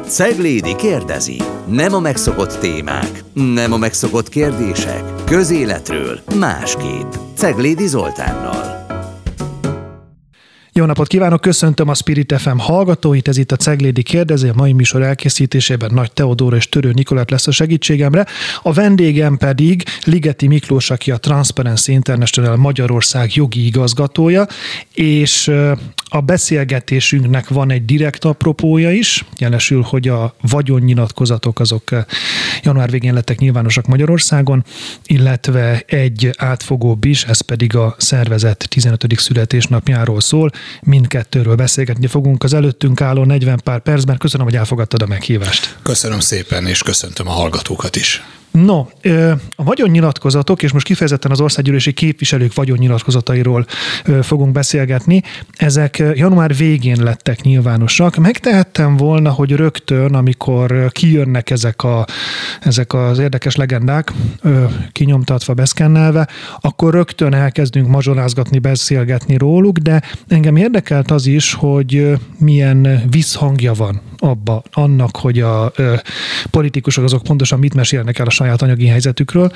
Ceglédi kérdezi. Nem a megszokott témák, nem a megszokott kérdések. Közéletről másképp. Ceglédi Zoltánnal. Jó napot kívánok, köszöntöm a Spirit FM hallgatóit, ez itt a Ceglédi kérdezi, a mai műsor elkészítésében Nagy Teodóra és Törő Nikolett lesz a segítségemre. A vendégem pedig Ligeti Miklós, aki a Transparency International Magyarország jogi igazgatója, és a beszélgetésünknek van egy direkt apropója is, jelesül, hogy a vagyonnyilatkozatok azok január végén lettek nyilvánosak Magyarországon, illetve egy átfogóbb is, ez pedig a szervezet 15. születésnapjáról szól. Mindkettőről beszélgetni fogunk az előttünk álló 40 pár percben. Köszönöm, hogy elfogadtad a meghívást. Köszönöm szépen, és köszöntöm a hallgatókat is. No, a vagyonnyilatkozatok, és most kifejezetten az országgyűlési képviselők vagyonnyilatkozatairól fogunk beszélgetni, ezek január végén lettek nyilvánosak. Megtehettem volna, hogy rögtön, amikor kijönnek ezek az érdekes legendák, kinyomtatva, beszkennelve, akkor rögtön elkezdünk mazsolázgatni, beszélgetni róluk, de engem érdekelt az is, hogy milyen visszhangja van annak, hogy a politikusok azok pontosan mit mesélnek el a saját anyagi helyzetükről,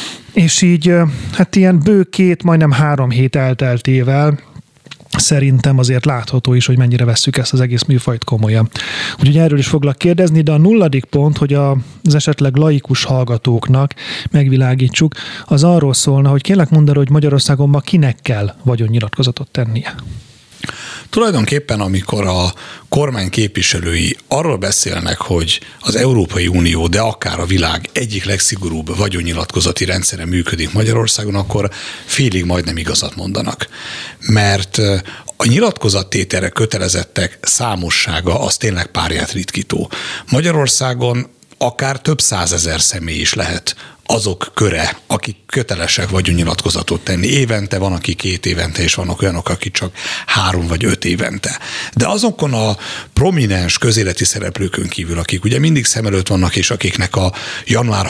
és így hát ilyen bő 2, majdnem 3 hét elteltével szerintem azért látható is, hogy mennyire vesszük ezt az egész műfajt komolyan. Úgyhogy erről is foglak kérdezni, de a 0. pont, hogy az esetleg laikus hallgatóknak megvilágítsuk, az arról szólna, hogy kérlek mondd el, hogy Magyarországon ma kinek kell vagyonnyilatkozatot tennie. Tulajdonképpen, amikor a kormány képviselői arról beszélnek, hogy az Európai Unió, de akár a világ egyik legszigorúbb vagyonnyilatkozati rendszere működik Magyarországon, akkor félig majdnem igazat mondanak. Mert a nyilatkozattételre kötelezettek számossága az tényleg párját ritkító. Magyarországon akár több 100 000 személy is lehet azok köre, akik kötelesek vagyonnyilatkozatot tenni. Évente van, aki 2 évente, és vannak olyanok, akik csak 3 vagy 5 évente. De azokon a prominens közéleti szereplőkön kívül, akik ugye mindig szem előtt vannak, és akiknek a január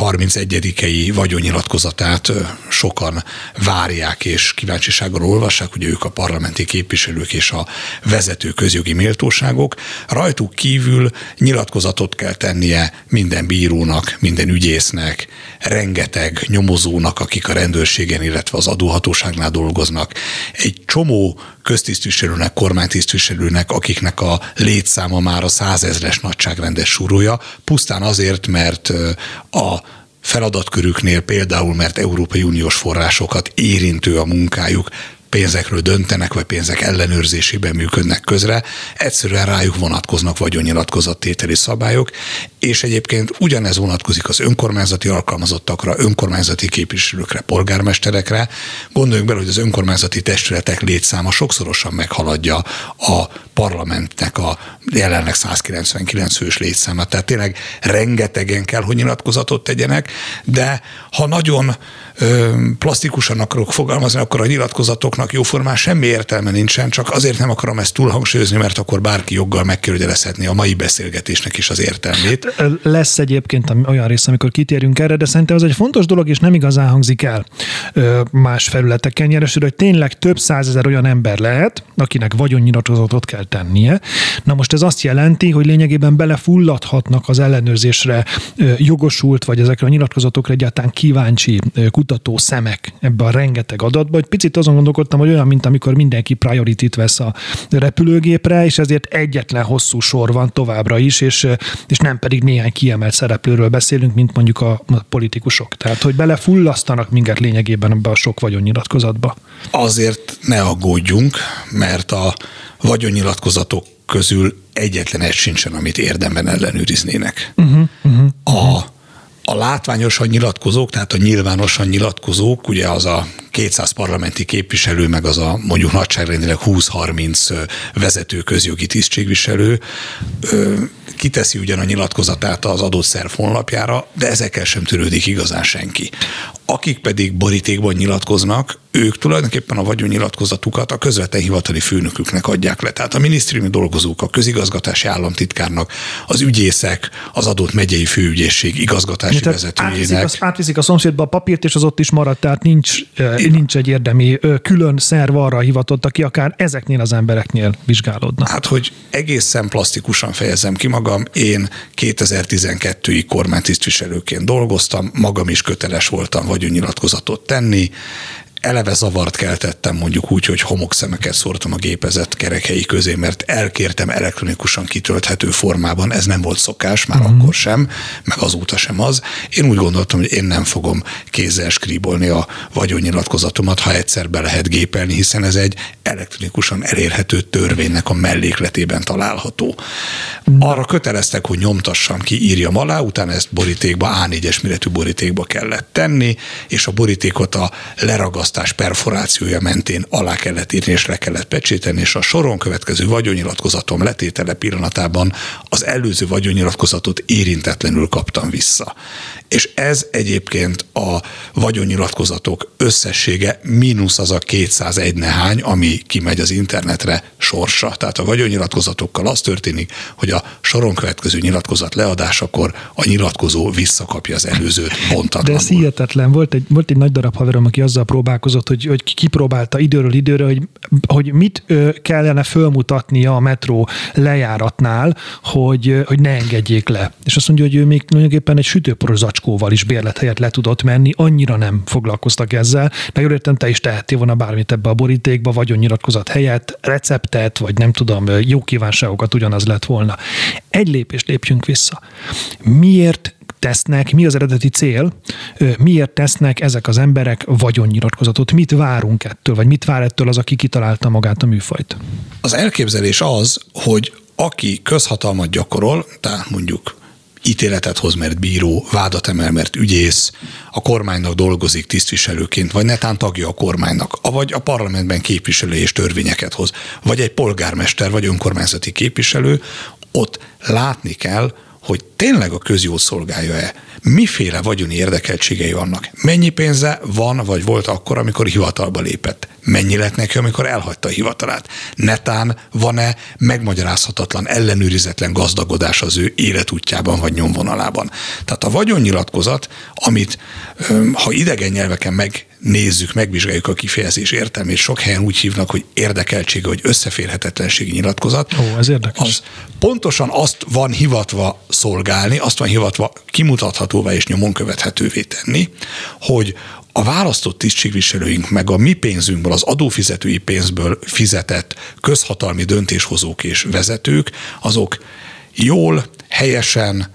31-i vagyonnyilatkozatát sokan várják, és kíváncsisággal olvassák, ugye ők a parlamenti képviselők és a vezető közjogi méltóságok, rajtuk kívül nyilatkozatot kell tennie minden bírónak, minden ügyésznek, rengeteg nyomozónak, akik a rendőrségen, illetve az adóhatóságnál dolgoznak, egy csomó köztisztviselőnek, kormánytisztviselőnek, akiknek a létszáma már a 100 000-es nagyságrendes súrolja, pusztán azért, mert a feladatkörüknél például, mert Európai Uniós forrásokat érintő a munkájuk, pénzekről döntenek, vagy pénzek ellenőrzésében működnek közre, egyszerűen rájuk vonatkoznak vagyonnyilatkozattételi szabályok, és egyébként ugyanez vonatkozik az önkormányzati alkalmazottakra, önkormányzati képviselőkre, polgármesterekre. Gondoljunk bele, hogy az önkormányzati testületek létszáma sokszorosan meghaladja a parlamentnek a jelenleg 199 fős létszámát. Tehát tényleg rengetegen kell, hogy nyilatkozatot tegyenek, de ha nagyon plastikusan akarok fogalmazni, akkor a nyilatkozatoknak jóformán semmi értelme nincsen, csak azért nem akarom ezt túlhangsúlyozni, mert akkor bárki joggal megkérdezhetné a mai beszélgetésnek is az értelmét. Lesz egyébként olyan rész, amikor kitérünk erre, de szerintem ez egy fontos dolog, és nem igazán hangzik el más felületeken jelesül, hogy tényleg több 100 000 olyan ember lehet, akinek vagyonnyilatkozatot kell tennie. Na most ez azt jelenti, hogy lényegében belefulladhatnak az ellenőrzésre jogosult, vagy ezekre a nyilatkozatokra egyáltalán kíváncsi kutató szemek ebbe a rengeteg adatba. Egy picit azon gondolkodtam, hogy olyan, mint amikor mindenki priority-t vesz a repülőgépre, és ezért egyetlen hosszú sor van továbbra is, és nem pedig néhány kiemelt szereplőről beszélünk, mint mondjuk a politikusok. Tehát, hogy belefullasztanak minket lényegében ebbe a sok vagyonnyilatkozatba. Azért ne aggódjunk, mert a vagyonnyilatkozatok közül egyetlen egy sincsen, amit érdemben ellenőriznének. A látványosan nyilatkozók, tehát a nyilvánosan nyilatkozók, ugye az a 200 parlamenti képviselő, meg az a mondjuk nagyságrendileg 20-30 vezető közjogi tisztségviselő kiteszi ugyan a nyilatkozatát az adott szerv honlapjára, de ezekkel sem törődik igazán senki. Akik pedig borítékban nyilatkoznak, ők tulajdonképpen a vagyonnyilatkozatukat a közvetlen hivatali főnöküknek adják le. Tehát a minisztériumi dolgozók, a közigazgatási államtitkárnak, az ügyészek, az adott megyei főügyészség igazgatási vezetőjének. Átviszik a szomszédba a papírt, és az ott is marad, tehát nincs egy érdemi külön szerv arra hivatott, aki akár ezeknél az embereknél vizsgálódna. Hát, hogy egészen plastikusan fejezem ki magam, én 2012-ig kormánytisztviselőként dolgoztam, magam is köteles voltam vagyonnyilatkozatot tenni, eleve zavart keltettem, mondjuk úgy, hogy homokszemeket szórtam a gépezet kerekei közé, mert elkértem elektronikusan kitölthető formában, ez nem volt szokás, már akkor sem, meg azóta sem az. Én úgy gondoltam, hogy én nem fogom kézzel skríbolni a vagyonnyilatkozatomat, ha egyszer be lehet gépelni, hiszen ez egy elektronikusan elérhető törvénynek a mellékletében található. Arra köteleztek, hogy nyomtassam ki, írjam alá, utána ezt borítékba, A4-es méretű borítékba kellett tenni, és a borítékot a leragasztás perforációja mentén alá kellett írni és le kellett pecsételni, és a soron következő vagyonnyilatkozatom letétele pillanatában az előző vagyonnyilatkozatot érintetlenül kaptam vissza. És ez egyébként a vagyonnyilatkozatok összessége mínusz az a 201 nehány, ami kimegy az internetre sorsa. Tehát a vagyonnyilatkozatokkal az történik, hogy a soron következő nyilatkozat leadásakor a nyilatkozó visszakapja az előzőt bontatlanul. De ez hihetetlen. Volt egy nagy darab haverom, aki azzal próbálkozott, hogy kipróbálta időről időre, hogy mit kellene fölmutatnia a metró lejáratnál, hogy ne engedjék le. És azt mondja, hogy ő még tulajdonképpen egy sütőporos zacskóval is bérlet helyett le tudott menni, annyira nem foglalkoztak ezzel. Meg jól értem, te is tehettél volna bármit ebbe a borítékba, vagyonnyilatkozat helyett, receptet, vagy nem tudom, jó kívánságokat, ugyanaz lett volna. Egy lépést lépjünk vissza. Miért tesznek, mi az eredeti cél, miért tesznek ezek az emberek vagyonnyilatkozatot, mit várunk ettől, vagy mit vár ettől az, aki kitalálta magát a műfajt? Az elképzelés az, hogy aki közhatalmat gyakorol, tehát mondjuk ítéletet hoz, mert bíró, vádat emel, mert ügyész, a kormánynak dolgozik tisztviselőként, vagy netán tagja a kormánynak, vagy a parlamentben képviselő és törvényeket hoz, vagy egy polgármester, vagy önkormányzati képviselő, ott látni kell, hogy tényleg a közjót szolgálja-e, miféle vagyoni érdekeltségei vannak, mennyi pénze van, vagy volt akkor, amikor hivatalba lépett, mennyi lett neki, amikor elhagyta a hivatalát, netán van-e megmagyarázhatatlan, ellenőrizetlen gazdagodás az ő életútjában vagy nyomvonalában. Tehát a vagyonnyilatkozat, amit ha idegen nyelveken megnézzük, megvizsgáljuk a kifejezés értelmét, sok helyen úgy hívnak, hogy érdekeltsége, vagy összeférhetetlenségi nyilatkozat. Ó, ez érdekes. Az pontosan azt van hivatva szolgálni, azt van hivatva kimutathatóvá és nyomon követhetővé tenni, hogy a választott tisztségviselőink meg a mi pénzünkből, az adófizetői pénzből fizetett közhatalmi döntéshozók és vezetők, azok jól, helyesen,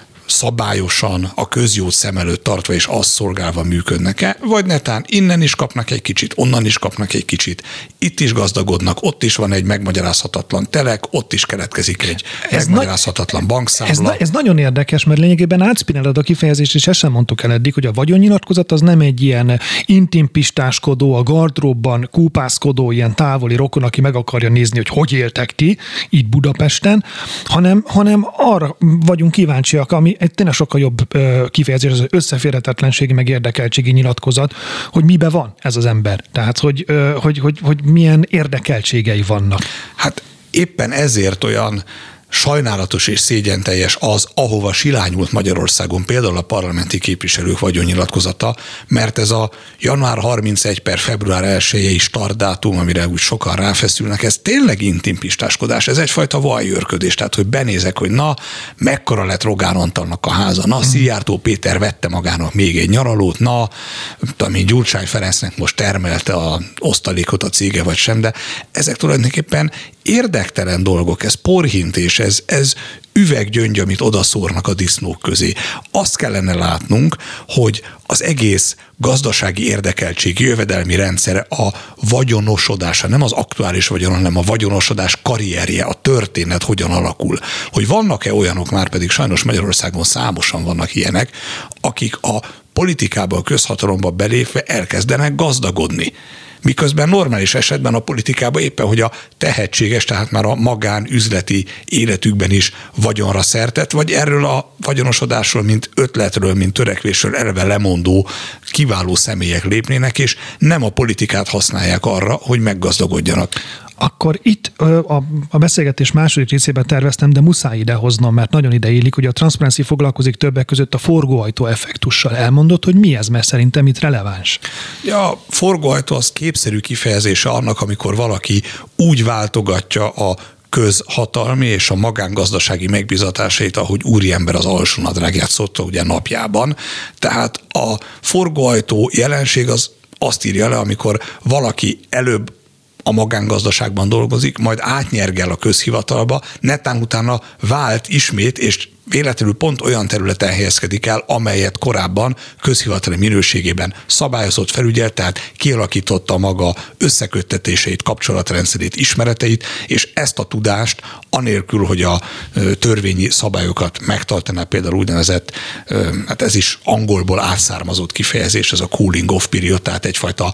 szabályosan, a közjót szem előtt tartva és azt szolgálva működnek-e, vagy netán innen is kapnak egy kicsit, onnan is kapnak egy kicsit, itt is gazdagodnak, ott is van egy megmagyarázhatatlan telek, ott is keletkezik egy megmagyarázhatatlan bankszámla. Ez nagyon érdekes, mert lényegében átspineled a kifejezést, és ezt sem mondtuk el eddig, hogy a vagyonnyilatkozat az nem egy ilyen intim pistáskodó, a gardróbban kúpászkodó, ilyen távoli rokon, aki meg akarja nézni, hogy éltek ti itt Budapesten, hanem arra vagyunk kíváncsiak, ami egy tényleg sokkal jobb kifejezés, az összeférhetetlenségi meg érdekeltségi nyilatkozat, hogy mibe van ez az ember. Tehát, hogy milyen érdekeltségei vannak. Hát éppen ezért olyan sajnálatos és szégyenteljes az, ahova silányult Magyarországon például a parlamenti képviselők vagyonnyilatkozata, mert ez a január 31 per február 1-i startdátum, amire úgy sokan ráfeszülnek, ez tényleg intimpistáskodás, ez egyfajta vajőrködés, tehát hogy benézek, hogy na, mekkora lett Rogán Antalnak a háza, na, Szijjártó Péter vette magának még egy nyaralót, na, ami Gyurcsány Ferencnek most termelte a osztalékot a cége vagy sem, de ezek tulajdonképpen érdektelen dolgok, ez porhintés, ez üveggyöngy, amit odaszórnak a disznók közé. Azt kellene látnunk, hogy az egész gazdasági érdekeltségi jövedelmi rendszere a vagyonosodása, nem az aktuális vagyon, hanem a vagyonosodás karrierje, a történet hogyan alakul. Hogy vannak-e olyanok, már pedig sajnos Magyarországon számosan vannak ilyenek, akik a politikába, a közhatalomba belépve elkezdenek gazdagodni. Miközben normális esetben a politikában éppen, hogy a tehetséges, tehát már a magánüzleti életükben is vagyonra szertett, vagy erről a vagyonosodásról, mint ötletről, mint törekvésről eleve lemondó kiváló személyek lépnének, és nem a politikát használják arra, hogy meggazdagodjanak. Akkor itt a beszélgetés második részében terveztem, de muszáj idehoznom, mert nagyon ideillik, hogy a Transparency foglalkozik többek között a forgóajtó effektussal. Elmondott, hogy mi ez, mert szerintem itt releváns. Ja, a forgóajtó az képszerű kifejezése annak, amikor valaki úgy váltogatja a közhatalmi és a magángazdasági megbízatásait, ahogy úriember az alsónadrágját szokta ugye napjában. Tehát a forgóajtó jelenség az azt írja le, amikor valaki előbb a magángazdaságban dolgozik, majd átnyergel a közhivatalba, netán utána vált ismét, és véletlenül pont olyan területen helyezkedik el, amelyet korábban közhivatali minőségében szabályozott, felügyelt, tehát kialakította maga összeköttetéseit, kapcsolatrendszerét, ismereteit, és ezt a tudást anélkül, hogy a törvényi szabályokat megtartaná, például úgynevezett, hát ez is angolból átszármazott kifejezés, ez a cooling off period, tehát egyfajta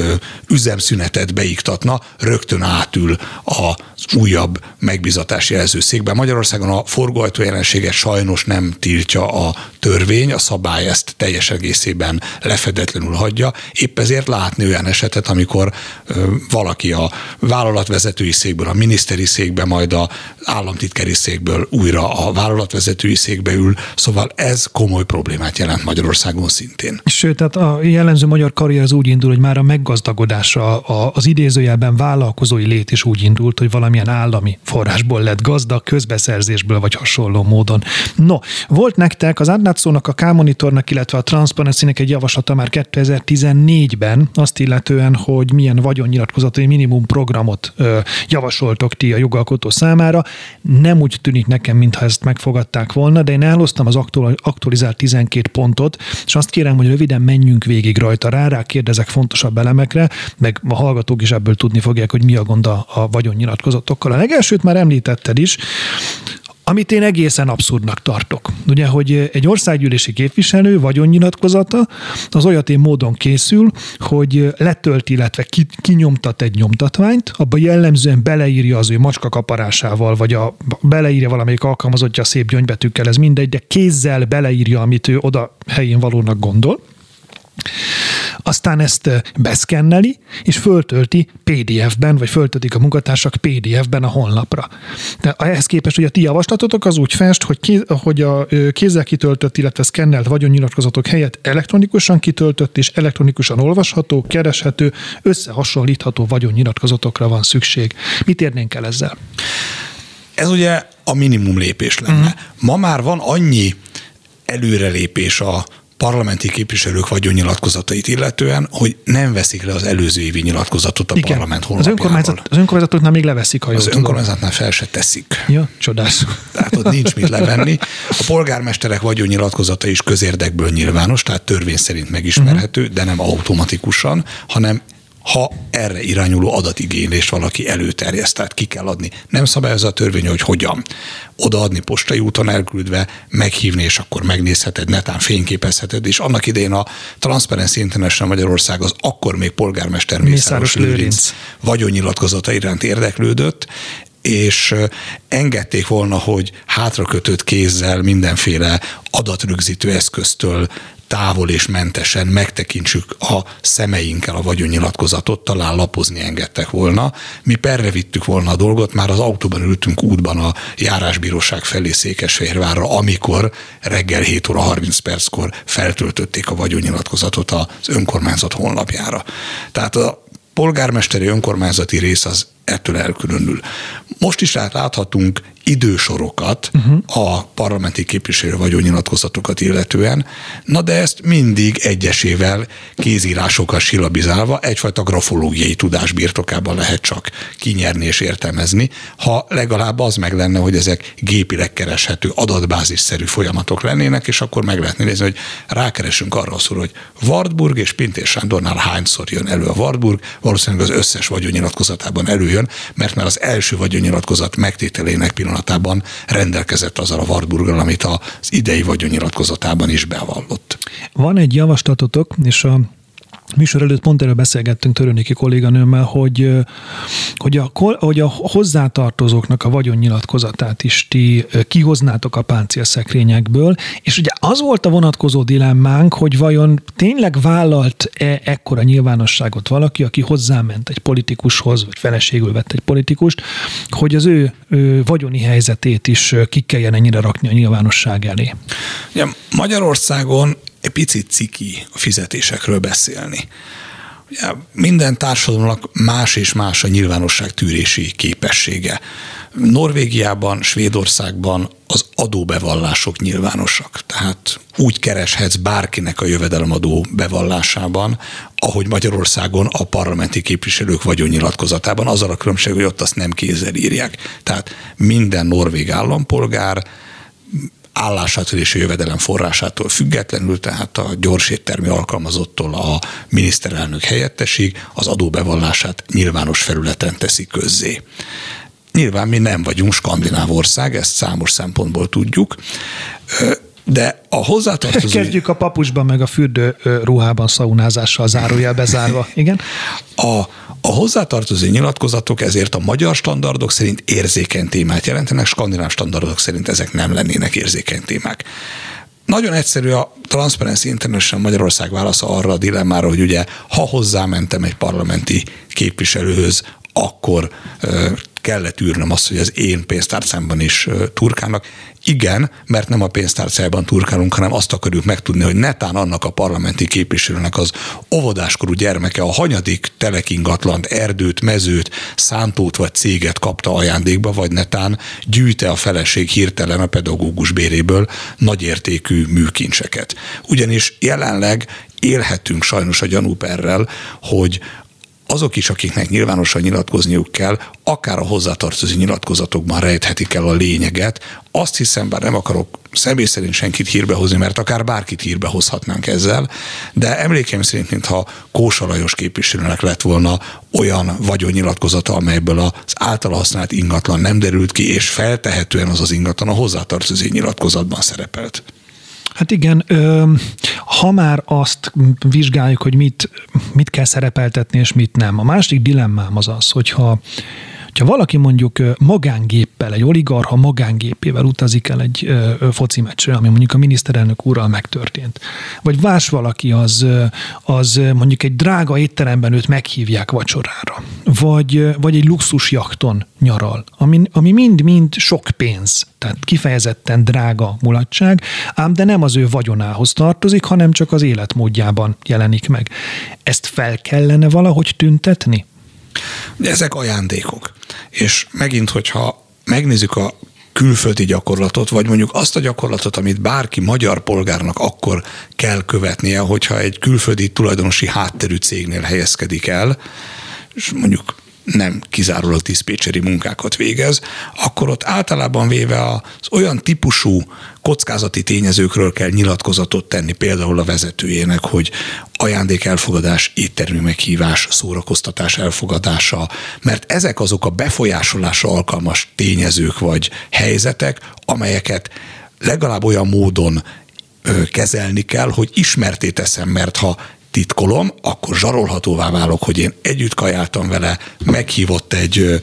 üzemszünetet beiktatna, rögtön átül az újabb megbízatási jelzőszékben. Magyarországon a forgóajtó jelenséget sajnos nem tiltja a törvény, a szabály ezt teljes egészében lefedetlenül hagyja. Épp ezért látni olyan esetet, amikor valaki a vállalatvezetői székből, a miniszteri székbe, majd az államtitkári székből újra a vállalatvezetői székbe ül. Szóval ez komoly problémát jelent Magyarországon szintén. Sőt, tehát a jellemző magyar karrier az úgy indul, hogy már a meggazdagodásra, az idézőjelben vállalkozói lét is úgy indult, hogy valamilyen állami forrásból lett gazdag, közbeszerzésből vagy hasonló módon. No, volt nektek az átlátszónak, a K-Monitornak, illetve a Transparency-nek egy javaslata már 2014-ben, azt illetően, hogy milyen vagyonnyilatkozatai minimum programot javasoltok ti a jogalkotó számára. Nem úgy tűnik nekem, mintha ezt megfogadták volna, de én elhoztam az aktualizált 12 pontot, és azt kérem, hogy röviden menjünk végig rajta, rá kérdezek fontosabb elemekre, meg a hallgatók is ebből tudni fogják, hogy mi a gond a vagyonnyilatkozatokkal. A legelsőt már említetted is, amit én egészen abszurdnak tartok. Ugye, hogy egy országgyűlési képviselő vagyonnyilatkozata az olyatén módon készül, hogy letölt, illetve kinyomtat egy nyomtatványt, abba jellemzően beleírja az ő macskakaparásával, vagy beleírja valamelyik alkalmazottja szép gyöngybetűkkel, ez mindegy, de kézzel beleírja, amit ő oda helyén valónak gondol. Aztán ezt beszkenneli, és föltölti PDF-ben, vagy föltöltik a munkatársak PDF-ben a honlapra. De ehhez képest, hogy a ti javaslatotok az úgy fest, hogy a kézzel kitöltött, illetve szkennelt vagyonnyilatkozatok helyett elektronikusan kitöltött és elektronikusan olvasható, kereshető, összehasonlítható vagyonnyilatkozatokra van szükség. Mit érnénk el ezzel? Ez ugye a minimum lépés lenne. Ma már van annyi előrelépés a parlamenti képviselők vagyonnyilatkozatait illetően, hogy nem veszik le az előző évi nyilatkozatot a parlament honlapjáról. Az önkormányzatoknál még leveszik, ha jól tudom. Az önkormányzatnál fel se teszik. Ja, csodás. Tehát ott nincs mit levenni. A polgármesterek vagyonnyilatkozata is közérdekből nyilvános, tehát törvény szerint megismerhető, de nem automatikusan, hanem ha erre irányuló adatigénylést valaki előterjeszt, tehát ki kell adni. Nem szabályozza a törvény, hogy hogyan. Odaadni postai úton elküldve, meghívni, és akkor megnézheted, netán fényképezheted, és annak idején a Transparency International Magyarország az akkor még polgármester Mészáros Lőrinc vagyonnyilatkozata iránt érdeklődött, és engedték volna, hogy hátrakötött kézzel mindenféle adatrögzítő eszköztől távol és mentesen megtekintsük a szemeinkkel a vagyonnyilatkozatot, talán lapozni engedtek volna. Mi perre vittük volna a dolgot, már az autóban ültünk útban a járásbíróság felé Székesfehérvárra, amikor reggel 7 óra 30 perckor feltöltötték a vagyonnyilatkozatot az önkormányzat honlapjára. Tehát a polgármesteri önkormányzati rész az ettől elkülönül. Most is láthatunk idősorokat a parlamenti képviselő vagyonnyilatkozatokat illetően, na de ezt mindig egyesével, kézírásokkal silabizálva egyfajta grafológiai tudás birtokában lehet csak kinyerni és értelmezni, ha legalább az meg lenne, hogy ezek gépileg kereshető adatbázisszerű folyamatok lennének, és akkor meg lehetne nézni, hogy rákeresünk arra szól, hogy Wartburg és Pintér Sándornál hányszor jön elő a Wartburg, valószínűleg az összes vagyonnyilatkozatában előjön, mert már az első vagyonnyilatkozat megtételének pillanatában rendelkezett azzal a Wartburggal, amit az idei vagyonnyilatkozatában is bevallott. Van egy javaslatotok, és műsor előtt pont erről beszélgettünk Törőnéki kolléganőmmel, hogy a hozzátartozóknak a vagyonnyilatkozatát is ti kihoznátok a páncélszekrényekből, és ugye az volt a vonatkozó dilemmánk, hogy vajon tényleg vállalt-e ekkora nyilvánosságot valaki, aki hozzáment egy politikushoz, vagy feleségül vett egy politikust, hogy az ő vagyoni helyzetét is ki kelljen ennyire rakni a nyilvánosság elé. Ja, Magyarországon egy picit ciki a fizetésekről beszélni. Ugye, minden társadalomnak más és más a nyilvánosság tűrési képessége. Norvégiában, Svédországban az adóbevallások nyilvánosak. Tehát úgy kereshetsz bárkinek a jövedelemadó bevallásában, ahogy Magyarországon a parlamenti képviselők vagyonnyilatkozatában. Azzal a különbség, hogy ott azt nem kézzel írják. Tehát minden norvég állampolgár állásától és a jövedelem forrásától függetlenül, tehát a gyorséttermi alkalmazottól a miniszterelnök helyettesig az adóbevallását nyilvános felületen teszi közzé. Nyilván mi nem vagyunk skandináv ország, ezt számos szempontból tudjuk, de a hozzátartozó... Kezdjük a papusban, meg a fürdő ruhában szaunázással zárójel bezárva. Igen? A hozzátartozó nyilatkozatok ezért a magyar standardok szerint érzékeny témát jelentenek, skandináv standardok szerint ezek nem lennének érzékeny témák. Nagyon egyszerű a Transparency International Magyarország válasza arra a dilemmára, hogy ugye ha hozzámentem egy parlamenti képviselőhöz, akkor kellett űrnöm azt, hogy az én pénztárcámban is turkálnak. Igen, mert nem a pénztárcájában turkálunk, hanem azt akarjuk megtudni, hogy netán annak a parlamenti képviselőnek az óvodáskorú gyermeke a hanyadik telekingatlant, erdőt, mezőt, szántót vagy céget kapta ajándékba, vagy netán gyűjte a feleség hirtelen a pedagógus béréből nagyértékű műkincseket. Ugyanis jelenleg élhetünk sajnos a gyanúperrel, hogy azok is, akiknek nyilvánosan nyilatkozniuk kell, akár a hozzátartozó nyilatkozatokban rejthetik el a lényeget. Azt hiszem, bár nem akarok személy szerint senkit hírbe hozni, mert akár bárkit hírbe hozhatnánk ezzel, de emlékeim szerint, mintha Kósa Lajos képviselőnek lett volna olyan vagyonnyilatkozata, amelyből az általa használt ingatlan nem derült ki, és feltehetően az ingatlan a hozzátartozó nyilatkozatban szerepelt. Hát igen, ha már azt vizsgáljuk, hogy mit kell szerepeltetni, és mit nem. A másik dilemmám az, hogyha valaki mondjuk magángéppel, egy oligarcha magángépével utazik el egy foci meccsre, ami mondjuk a miniszterelnök úrral megtörtént, vagy más valaki az mondjuk egy drága étteremben őt meghívják vacsorára, vagy egy luxus jachton nyaral, ami mind-mind sok pénz, tehát kifejezetten drága mulatság, ám de nem az ő vagyonához tartozik, hanem csak az életmódjában jelenik meg. Ezt fel kellene valahogy tüntetni? De ezek ajándékok. És megint, hogyha megnézzük a külföldi gyakorlatot, vagy mondjuk azt a gyakorlatot, amit bárki magyar polgárnak akkor kell követnie, hogyha egy külföldi tulajdonosi hátterű cégnél helyezkedik el, és mondjuk nem kizárólag diszpécseri munkákat végez, akkor ott általában véve az olyan típusú kockázati tényezőkről kell nyilatkozatot tenni, például a vezetőjének, hogy ajándék elfogadás, éttermi meghívás, szórakoztatás elfogadása, mert ezek azok a befolyásolásra alkalmas tényezők vagy helyzetek, amelyeket legalább olyan módon kezelni kell, hogy ismertté teszem, mert ha titkolom, akkor zsarolhatóvá válok, hogy én együtt kajáltam vele, meghívott egy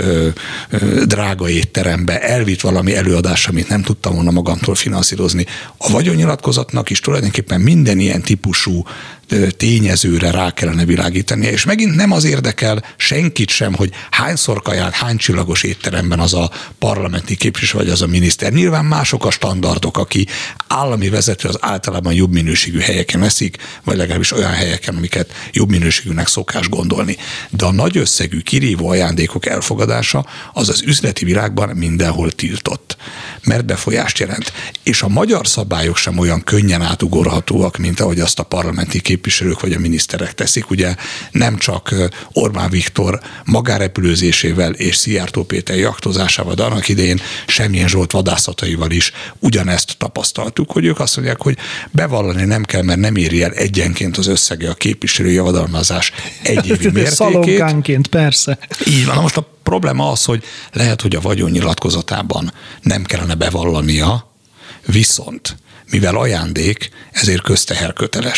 drága étterembe, elvitt valami előadás, amit nem tudtam volna magamtól finanszírozni. A vagyonnyilatkozatnak is tulajdonképpen minden ilyen típusú tényezőre rá kellene világítani, és megint nem az érdekel senkit sem, hogy hányszor kajált, hány csillagos étteremben az a parlamenti képviselő, vagy az a miniszter. Nyilván mások a standardok, aki állami vezető, az általában jobb minőségű helyeken eszik, vagy legalábbis olyan helyeken, amiket jobb minőségűnek szokás gondolni. De a nagy összegű kirívó ajándékok elfogadása az az üzleti világban mindenhol tiltott, mert befolyást jelent. És a magyar szabályok sem olyan könnyen átugorhatóak, mint ahogy azt a parlamenti képviselők vagy a miniszterek teszik. Ugye nem csak Orbán Viktor magánrepülőzésével és Szijjártó Péter jachtozásával, de annak idején Semjén Zsolt vadászataival is ugyanezt tapasztaltuk, hogy ők azt mondják, hogy bevallani nem kell, mert nem éri el egyenként az összege a képviselő javadalmazás egyévi mértékét. Szalonkánként, persze. Így van. Na most a probléma az, hogy lehet, hogy a vagyonnyilatkozatában nem kellene bevallania, viszont mivel ajándék, ezért közteherköteles.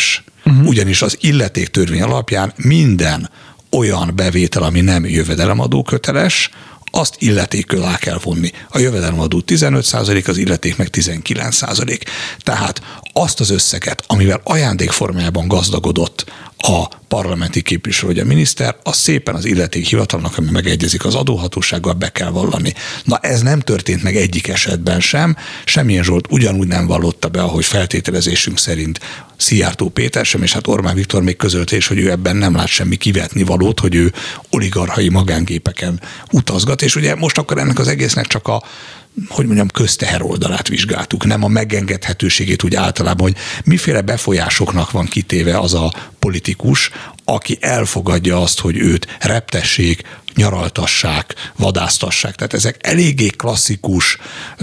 Ugyanis az illetéktörvény alapján minden olyan bevétel, ami nem jövedelemadó köteles, azt illeték alá kell vonni. A jövedelemadó 15%, az illeték meg 19%. Tehát azt az összeget, amivel ajándékformájában gazdagodott a parlamenti képviselő vagy a miniszter, az szépen az illetékhivatalnak, ami megegyezik az adóhatósággal, be kell vallani. Na ez nem történt meg egyik esetben sem. Semmilyen Zsolt ugyanúgy nem vallotta be, ahogy feltételezésünk szerint Szijjártó Péter sem, és hát Orbán Viktor még közölte is, hogy ő ebben nem lát semmi kivetni valót, hogy ő oligarchai magángépeken utazgat, és ugye most akkor ennek az egésznek csak a közteher oldalát vizsgáltuk, nem a megengedhetőségét úgy általában, hogy miféle befolyásoknak van kitéve az a politikus, aki elfogadja azt, hogy őt reptessék, nyaraltassák, vadásztassák. Tehát ezek eléggé klasszikus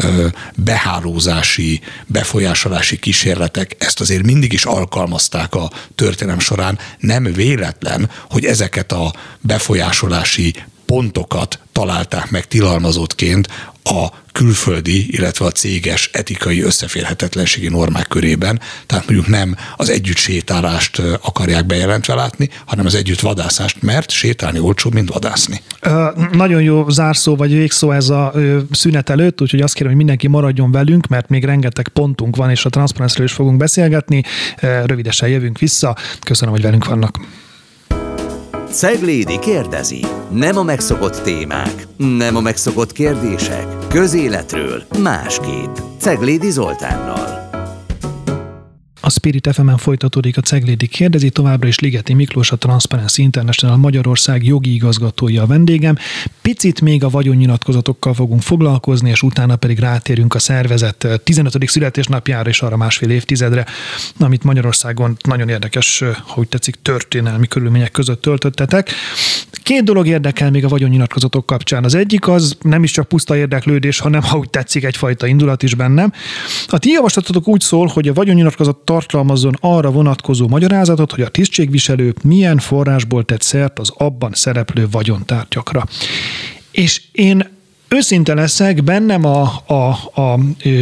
behálózási, befolyásolási kísérletek, ezt azért mindig is alkalmazták a történelem során. Nem véletlen, hogy ezeket a befolyásolási pontokat találták meg tilalmazottként a külföldi, illetve a céges etikai összeférhetetlenségi normák körében. Tehát mondjuk nem az együtt sétálást akarják bejelentve látni, hanem az együtt vadászást, mert sétálni olcsóbb, mint vadászni. Nagyon jó zárszó vagy végszó ez a szünet előtt, úgyhogy azt kérem, hogy mindenki maradjon velünk, mert még rengeteg pontunk van, és a transzparenceről is fogunk beszélgetni. Rövidesen jövünk vissza. Köszönöm, hogy velünk vannak. Ceglédi kérdezi. Nem a megszokott témák, nem a megszokott kérdések. Közéletről másképp. Ceglédi Zoltánnal. A Spirit FM-en folytatódik a Ceglédi kérdezi, továbbra is Ligeti Miklós, a Transparency International Magyarország jogi igazgatója a vendégem. Picit még a vagyonnyilatkozatokkal fogunk foglalkozni, és utána pedig rátérünk a szervezet 15. születésnapjára és arra másfél évtizedre, amit Magyarországon nagyon érdekes, ha úgy tetszik, történelmi körülmények között töltöttetek. Két dolog érdekel még a vagyonnyilatkozatok kapcsán. Az egyik az nem is csak puszta érdeklődés, hanem, ha úgy tetszik, egyfajta indulat is bennem. A ti javaslatotok úgy szól, hogy a vagyonnyilatkozat tartalmazzon arra vonatkozó magyarázatot, hogy a tisztségviselő milyen forrásból tett szert az abban szereplő vagyontárgyakra. És én őszinte leszek, bennem a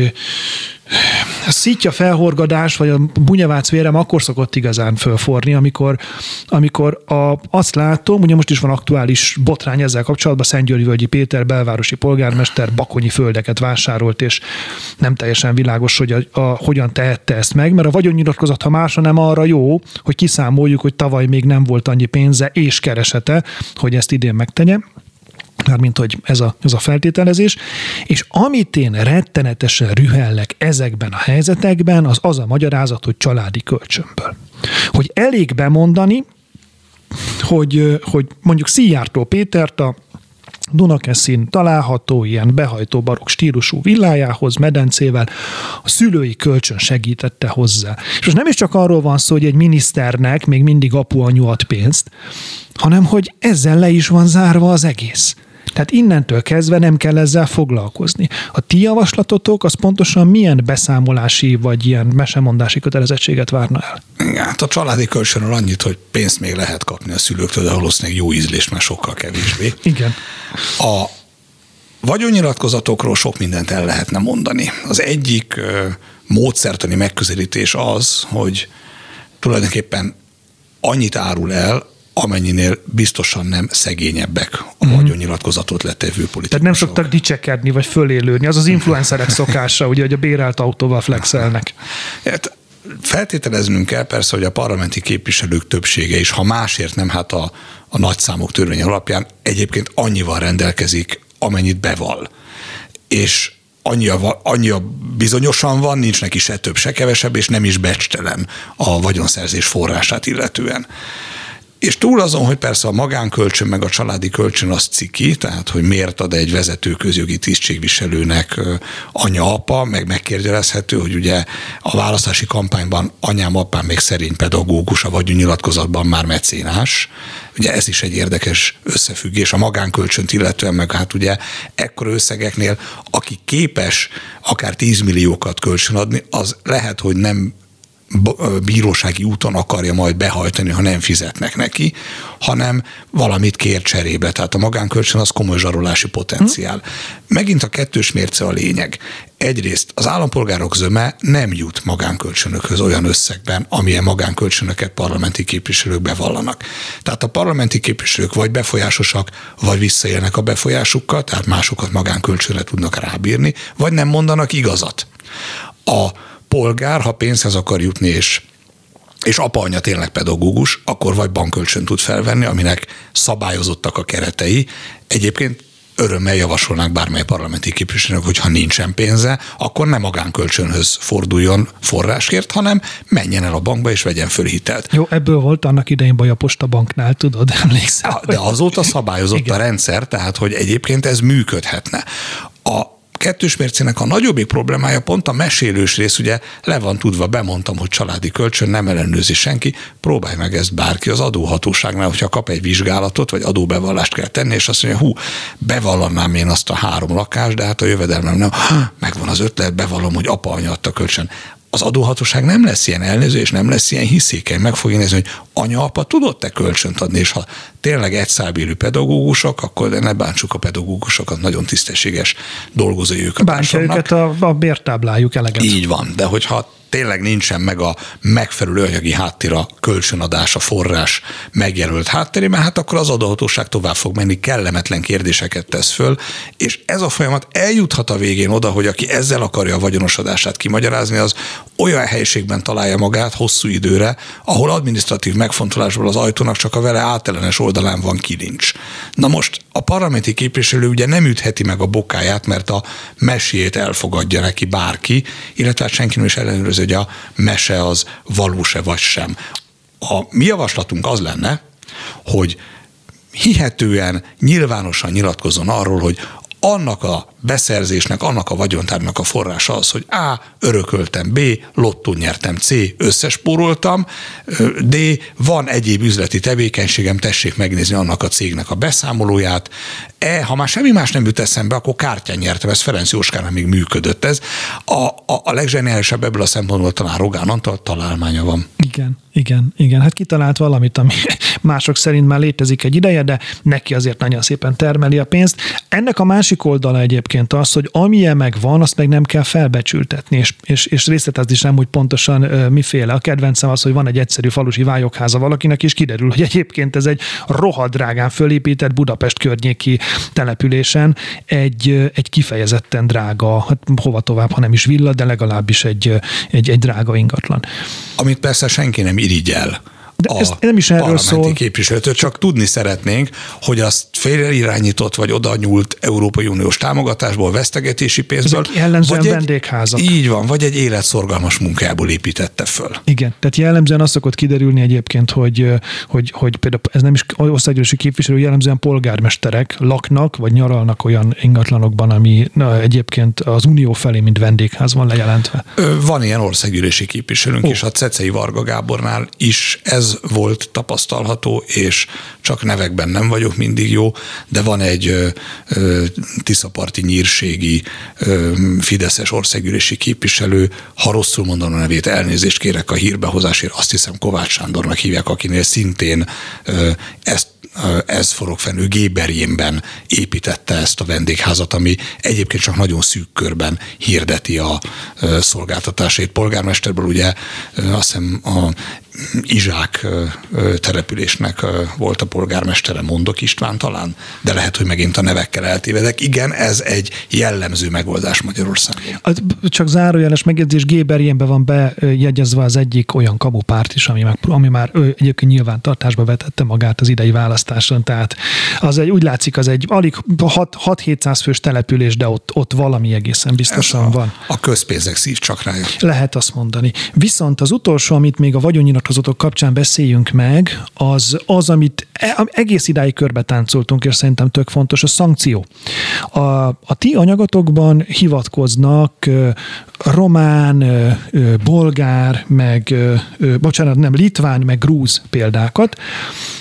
szitja felhorgadás, vagy a bunyavác vérem akkor szokott igazán fölforni, amikor azt látom, ugye most is van aktuális botrány ezzel kapcsolatban, Szentgyörgyvölgyi Péter belvárosi polgármester bakonyi földeket vásárolt, és nem teljesen világos, hogy hogyan tehette ezt meg, mert a vagyonnyilatkozat, ha másra nem arra jó, hogy kiszámoljuk, hogy tavaly még nem volt annyi pénze és keresete, hogy ezt idén megtegye. Mármint, hogy ez a feltételezés, és amit én rettenetesen rühellek ezekben a helyzetekben, az a magyarázat, hogy családi kölcsönből. Hogy elég bemondani, hogy mondjuk Szijjártó Pétert a Dunakeszin található ilyen behajtó barokk stílusú villájához, medencével a szülői kölcsön segítette hozzá. És most nem is csak arról van szó, hogy egy miniszternek még mindig apu-anyu ad pénzt, hanem hogy ezzel le is van zárva az egész. Tehát innentől kezdve nem kell ezzel foglalkozni. A ti javaslatotok az pontosan milyen beszámolási vagy ilyen mesemondási kötelezettséget várna el? Hát a családi kölcsönről annyit, hogy pénzt még lehet kapni a szülőktől, de valószínűleg jó ízlés már sokkal kevésbé. Igen. A vagyonnyilatkozatokról sok mindent el lehetne mondani. Az egyik módszertani megközelítés az, hogy tulajdonképpen annyit árul el, amennyinél biztosan nem szegényebbek a vagyonnyilatkozatot letevő politikusok. Tehát nem szoktak dicsekedni, vagy fölélődni. Az influencerek szokása, ugye, hogy a bérelt autóval flexelnek. Hát feltételeznünk kell persze, hogy a parlamenti képviselők többsége is, ha másért nem, hát a nagyszámok törvény alapján egyébként annyival rendelkezik, amennyit bevall. És annyi bizonyosan van, nincs neki se több, se kevesebb, és nem is becstelen a vagyonszerzés forrását illetően. És túl azon, hogy persze a magánkölcsön meg a családi kölcsön az ciki, tehát hogy miért ad egy vezető közjogi tisztségviselőnek anya-apa, meg megkérdőjelezhető, hogy ugye a választási kampányban anyám-apám még szerény pedagógus, a vagyonnyilatkozatban már mecénás. Ugye ez is egy érdekes összefüggés. A magánkölcsönt illetően meg hát ugye ekkora összegeknél, aki képes akár 10 milliókat kölcsönadni, az lehet, hogy nem bírósági úton akarja majd behajtani, ha nem fizetnek neki, hanem valamit kér cserébe. Tehát a magánkölcsön az komoly zsarolási potenciál. Megint a kettős mérce a lényeg. Egyrészt az állampolgárok zöme nem jut magánkölcsönökhöz olyan összegben, amilyen magánkölcsönöket parlamenti képviselők bevallanak. Tehát a parlamenti képviselők vagy befolyásosak, vagy visszaélnek a befolyásukkal, tehát másokat magánkölcsönre tudnak rábírni, vagy nem mondanak igazat. A polgár, ha pénzhez akar jutni, és apa-anya tényleg pedagógus, akkor vagy bankkölcsön tud felvenni, aminek szabályozottak a keretei. Egyébként örömmel javasolnánk bármely parlamenti képviselőnek, hogy ha nincsen pénze, akkor nem magánkölcsönhöz forduljon forrásért, hanem menjen el a bankba és vegyen föl hitelt. Jó, ebből volt annak idején baj a Postabanknál, tudod, emlékszel? De azóta szabályozott igen. A rendszer, tehát hogy egyébként ez működhetne. A kettős mércének a nagyobbik problémája pont a mesélős rész, ugye le van tudva, bemondtam, hogy családi kölcsön, nem ellenőrzi senki, próbálj meg ezt bárki az adóhatóságnál, hogyha kap egy vizsgálatot, vagy adóbevallást kell tenni, és azt mondja, bevallanám én azt a 3 lakást, de hát a jövedelmem nem, megvan az ötlet, bevallom, hogy apa-anya adta kölcsön. Az adóhatóság nem lesz ilyen elnéző, és nem lesz ilyen hiszékeny. Meg fogja nézni, hogy anya-apa tudott-e kölcsönt adni, és ha tényleg egyszálbélű pedagógusok, akkor ne bántsuk a pedagógusokat, nagyon tisztességes dolgozójuk a társadalomnak. Bántja őket a bértáblájuk eleget. Így van, de hogyha tényleg nincsen meg a megfelelő anyagi háttér a kölcsönadás, a forrás megjelölt háttérében, hát akkor az adóhatóság tovább fog menni, kellemetlen kérdéseket tesz föl, és ez a folyamat eljuthat a végén oda, hogy aki ezzel akarja a vagyonosodását kimagyarázni, az olyan helyiségben találja magát hosszú időre, ahol adminisztratív megfontolásból az ajtónak csak a vele átellenes oldalán van kilincs. Na most a parlamenti képviselő ugye nem ütheti meg a bokáját, mert a meséjét elfogadja neki bárki, illetve senki nem is ellenőrzi, hogy a mese az valós-e vagy sem. A mi javaslatunk az lenne, hogy hihetően, nyilvánosan nyilatkozzon arról, hogy annak a beszerzésnek, annak a vagyontárnak a forrása az, hogy A. örököltem, B. lottón nyertem, C. összespóroltam, D. van egyéb üzleti tevékenységem, tessék megnézni annak a cégnek a beszámolóját, E. ha már semmi más nem jut eszembe, akkor kártyán nyertem, ez Ferenc Jóskánál még működött ez. A legzseniálisabb ebből a szempontból talán Rogán Antal találmánya van. Igen. Hát kitalált valamit, ami mások szerint már létezik egy ideje, de neki azért nagyon szépen termeli a pénzt. Ennek a másik oldala egyébként az, hogy amilyen meg van, azt meg nem kell felbecsültetni, és részletezni sem, hogy pontosan miféle. A kedvencem az, hogy van egy egyszerű falusi vályokháza valakinek, és kiderül, hogy egyébként ez egy rohadrágán fölépített Budapest környéki településen egy kifejezetten drága, hát hova tovább, ha nem is villa, de legalábbis egy drága ingatlan. Amit persze senki nem irigyel. De ez nem is erről szól. Képviselőtől, csak tudni szeretnénk, hogy azt félreirányított vagy oda nyúlt Európai Uniós támogatásból, vesztegetési pénzből. Ezek jellemzően vendégházak. Így van, vagy egy életszorgalmas munkából építette föl. Igen, tehát jellemzően azt szokott kiderülni egyébként, hogy például ez nem is országgyűlési képviselő, jellemzően polgármesterek laknak, vagy nyaralnak olyan ingatlanokban, ami egyébként az Unió felé, mint vendégház van lejelentve. Van ilyen országgyűlési képviselőnk, és a Cecei Varga Gábornál is ez volt tapasztalható, és csak nevekben nem vagyok mindig jó, de van egy tiszaparti nyírségi fideszes országgyűlési képviselő, ha rosszul mondom a nevét, elnézést kérek a hírbehozásért, azt hiszem Kovács Sándornak hívják, akinél szintén ez forog fenn, ő Géberjénben építette ezt a vendégházat, ami egyébként csak nagyon szűk körben hirdeti a szolgáltatásait. Polgármesterből ugye azt hiszem a Izsák településnek volt a polgármestere, Mondok István talán, de lehet, hogy megint a nevekkel eltévedek. Igen, ez egy jellemző megoldás Magyarországon. Csak zárójeles megjegyzés, Géberjénben van bejegyezve az egyik olyan kamupárt is, ami már egyébként nyilvántartásba vetette magát az idei választáson, tehát úgy látszik, az egy alig 6-700 fős település, de ott valami egészen biztosan van. A közpénzek szívcsakrája. Lehet azt mondani. Viszont az utolsó, amit még a vagyonnyilatkozatok kapcsán beszéljünk meg, az, amit egész idáig körbe táncoltunk, és szerintem tök fontos, a szankció. A ti anyagotokban hivatkoznak román, bolgár, litván, meg grúz példákat,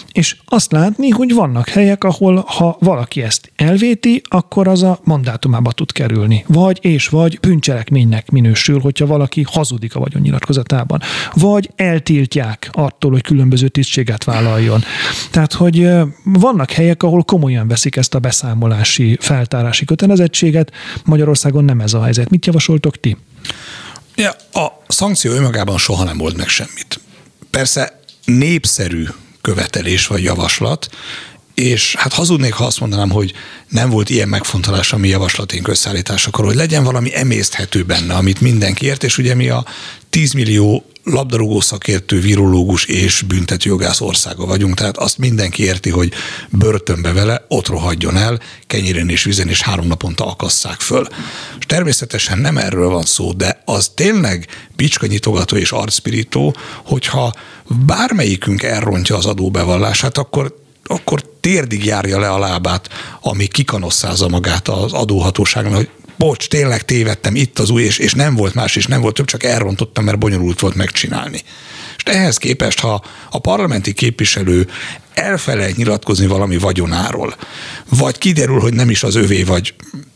És azt látni, hogy vannak helyek, ahol ha valaki ezt elvéti, akkor az a mandátumába tud kerülni. Vagy bűncselekménynek minősül, hogyha valaki hazudik a vagyonnyilatkozatában. Vagy eltiltják attól, hogy különböző tisztséget vállaljon. Tehát, hogy vannak helyek, ahol komolyan veszik ezt a beszámolási, feltárási kötelezettséget. Magyarországon nem ez a helyzet. Mit javasoltok ti? Ja, a szankció önmagában soha nem old meg semmit. Persze népszerű követelés vagy javaslat, és hát hazudnék, ha azt mondanám, hogy nem volt ilyen megfontolás a mi javaslatunk összeállításakor, hogy legyen valami emészthető benne, amit mindenki ért, és ugye mi a 10 millió labdarúgó szakértő, virológus és büntetőjogász országa vagyunk, tehát azt mindenki érti, hogy börtönbe vele, ott rohadjon el, kenyéren és vizen, és 3 naponta akasszák föl. És természetesen nem erről van szó, de az tényleg bicskanyitogató és arcpirító, hogyha bármelyikünk elrontja az adóbevallását, akkor térdig járja le a lábát, ami kikanosszázza magát az adóhatóságnak, hogy bocs, tényleg tévedtem, itt az új, és nem volt más, és nem volt több, csak elrontottam, mert bonyolult volt megcsinálni. És ehhez képest, ha a parlamenti képviselő elfelejt nyilatkozni valami vagyonáról, vagy kiderül, hogy nem is az övé, vagy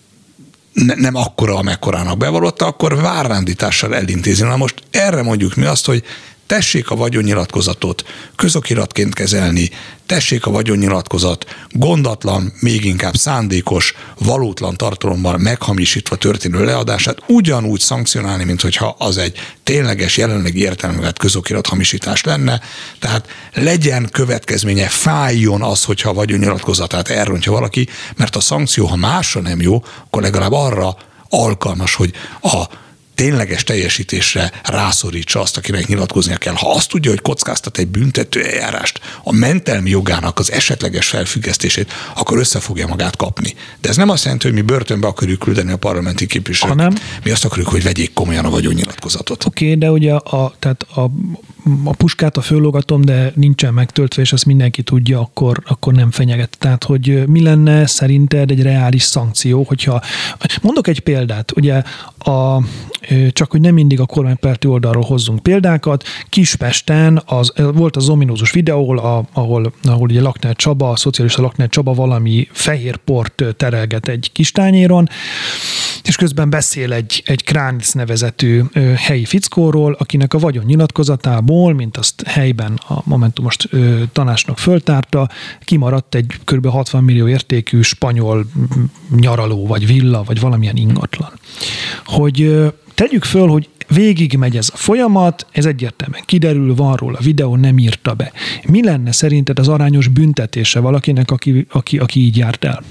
nem akkora, amekkorának bevallotta, akkor várrándítással elintézni. Na most erre mondjuk mi azt, hogy tessék a vagyonnyilatkozatot közokiratként kezelni, tessék a vagyonnyilatkozat gondatlan, még inkább szándékos, valótlan tartalommal meghamisítva történő leadását ugyanúgy szankcionálni, mint hogyha az egy tényleges, jelenlegi értelemben vett közokirathamisítás lenne. Tehát legyen következménye, fájjon az, hogyha a vagyonnyilatkozatát elrontja valaki, mert a szankció, ha másra nem jó, akkor legalább arra alkalmas, hogy a tényleges teljesítésre rászorítsa azt, akinek nyilatkoznia kell. Ha azt tudja, hogy kockáztat egy büntető eljárást, a mentelmi jogának az esetleges felfüggesztését, akkor össze fogja magát kapni. De ez nem azt jelenti, hogy mi börtönbe akarjuk küldeni a parlamenti képviselőt. Hanem mi azt akarjuk, hogy vegyék komolyan a vagyonnyilatkozatot. Oké, de ugye tehát a puskát föllogatom, de nincsen megtöltve, és ezt mindenki tudja, akkor nem fenyeget. Tehát, hogy mi lenne szerinted egy reális szankció, hogyha... Mondok egy példát, ugye csak hogy nem mindig a kormánypárti oldalról hozzunk példákat. Kispesten volt az ominózus videó, ahol ugye Lakner Csaba, a szocialista Lakner Csaba valami fehér port terelget egy kis tányéron, és közben beszél egy Kránic nevezetű helyi fickóról, akinek a vagyonnyilatkozatából, mint azt helyben a Momentumos tanácsnak föltárta, kimaradt egy kb. 60 millió értékű spanyol nyaraló, vagy villa, vagy valamilyen ingatlan. Hogy tegyük föl, hogy végig megy ez a folyamat, ez egyértelműen kiderül, van róla a videó, nem írta be. Mi lenne szerinted az arányos büntetése valakinek, aki így járt el?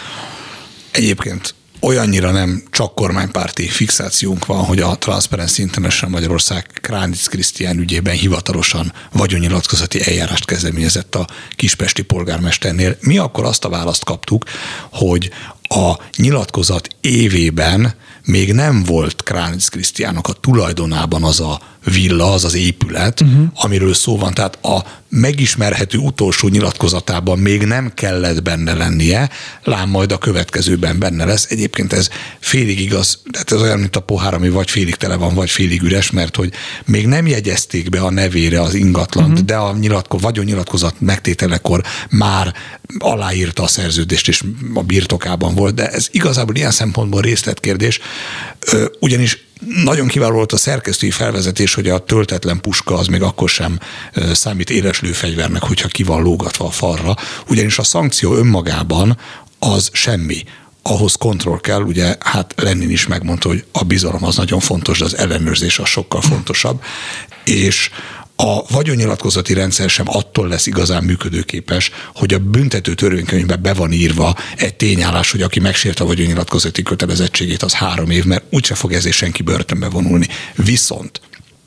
Egyébként olyannyira nem csak kormánypárti fixációnk van, hogy a Transparency International Magyarország Kránic Krisztián ügyében hivatalosan vagyonnyilatkozati eljárást kezdeményezett a kispesti polgármesternél. Mi akkor azt a választ kaptuk, hogy a nyilatkozat évében még nem volt Kránic Krisztiánnak a tulajdonában az a villa, az az épület, amiről szó van. Tehát a megismerhető utolsó nyilatkozatában még nem kellett benne lennie, lám majd a következőben benne lesz. Egyébként ez félig igaz, tehát ez olyan, mint a pohár, ami vagy félig tele van, vagy félig üres, mert hogy még nem jegyezték be a nevére az ingatlant, de a vagyonnyilatkozat megtételekor már aláírta a szerződést, és a birtokában volt, de ez igazából ilyen szempontból részletkérdés, ugyanis nagyon kiváló volt a szerkesztői felvezetés, hogy a töltetlen puska az még akkor sem számít éles lőfegyvernek, hogyha ki van lógatva a falra, ugyanis a szankció önmagában az semmi. Ahhoz kontroll kell, ugye hát Lenin is megmondta, hogy a bizalom az nagyon fontos, de az ellenőrzés az sokkal fontosabb, és a vagyonnyilatkozati rendszer sem attól lesz igazán működőképes, hogy a büntető törvénykönyvben be van írva egy tényállás, hogy aki megsérte a vagyonnyilatkozati kötelezettségét, az 3 év, mert úgyse fog ezért senki börtönbe vonulni. Viszont,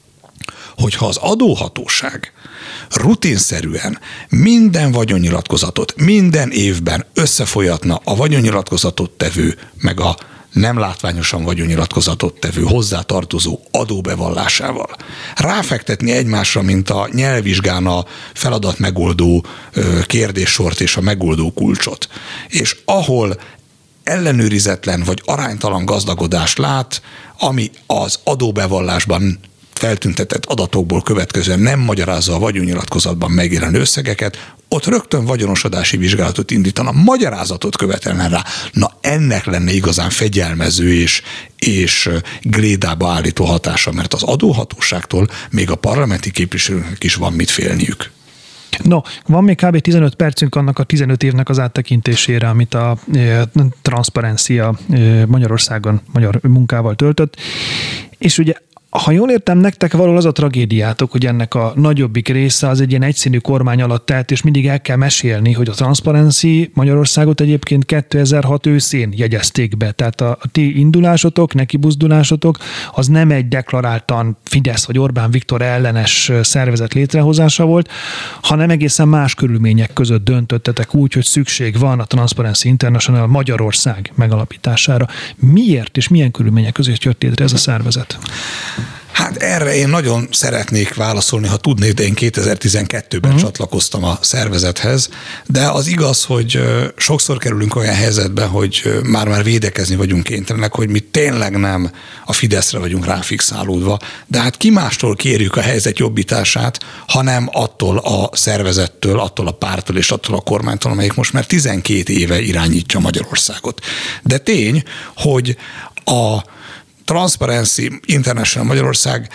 hogyha az adóhatóság rutinszerűen minden vagyonnyilatkozatot minden évben összefolyatna a vagyonnyilatkozatot tevő, meg a nem látványosan vagyonnyilatkozatot tevő hozzátartozó adóbevallásával. Ráfektetni egymásra, mint a nyelvvizsgán a feladat megoldó kérdéssort és a megoldó kulcsot. És ahol ellenőrizetlen vagy aránytalan gazdagodást lát, ami az adóbevallásban feltüntetett adatokból következően nem magyarázza a vagyonnyilatkozatban megjelenő összegeket, ott rögtön vagyonosodási vizsgálatot indítana, magyarázatot követelne rá. Na ennek lenne igazán fegyelmező és grédába állító hatása, mert az adóhatóságtól még a parlamenti képviselőknek is van mit félniük. No, van még kb. 15 percünk annak a 15 évnek az áttekintésére, amit a transzparencia Magyarországon magyar munkával töltött. És ugye, ha jól értem, nektek valahol az a tragédiátok, hogy ennek a nagyobbik része az egy ilyen egyszínű kormány alatt telt, és mindig el kell mesélni, hogy a Transparency Magyarországot egyébként 2006 őszén jegyezték be. Tehát a ti indulásotok, nekibuzdulásotok az nem egy deklaráltan Fidesz vagy Orbán Viktor ellenes szervezet létrehozása volt, hanem egészen más körülmények között döntöttetek úgy, hogy szükség van a Transparency International Magyarország megalapítására. Miért és milyen körülmények között jött létre ez a szervezet? Hát erre én nagyon szeretnék válaszolni, ha tudnék, de én 2012-ben csatlakoztam a szervezethez, de az igaz, hogy sokszor kerülünk olyan helyzetbe, hogy már védekezni vagyunk kénytelenek, hogy mi tényleg nem a Fideszre vagyunk ráfixálódva, de hát ki mástól kérjük a helyzet jobbítását, hanem attól a szervezettől, attól a pártól és attól a kormánytól, amelyik most már 12 éve irányítja Magyarországot. De tény, hogy a Transparency International Magyarország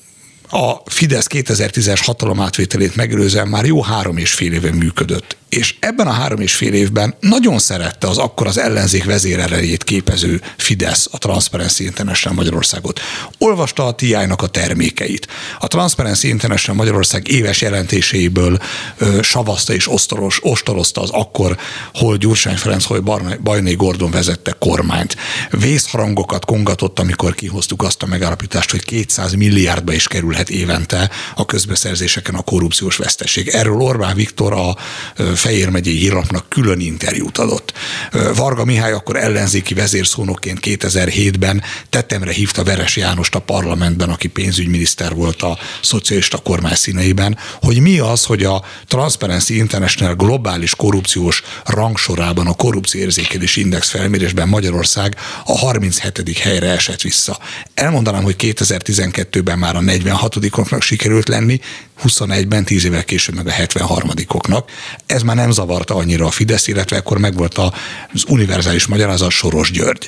a Fidesz 2010-es hatalomátvételét megelőzően már jó 3,5 éve működött. És ebben a 3,5 évben nagyon szerette az akkor az ellenzék vezérerejét képező Fidesz a Transparency International Magyarországot. Olvasta a TI-nak a termékeit. A Transparency International Magyarország éves jelentéseiből savazta és ostorozta az akkor hol Gyurcsány Ferenc, hol Bajnai Gordon vezette kormányt. Vészharangokat kongatott, amikor kihoztuk azt a megállapítást, hogy 200 milliárdba is kerülhet évente a közbeszerzéseken a korrupciós veszteség. Erről Orbán Viktor a Fejér megyei hírlapnak külön interjút adott. Varga Mihály akkor ellenzéki vezérszónokként 2007-ben tetemre hívta Veres Jánost a parlamentben, aki pénzügyminiszter volt a szocialista kormány színeiben, hogy mi az, hogy a Transparency International globális korrupciós rangsorában, a korrupcióérzékelési index felmérésben Magyarország a 37. helyre esett vissza. Elmondanám, hogy 2012-ben már a 46-oknak sikerült lenni, 21-ben 10 évvel később meg a 73-oknak. Ez már nem zavarta annyira a Fidesz, illetve akkor megvolt az univerzális magyarázat, Soros György.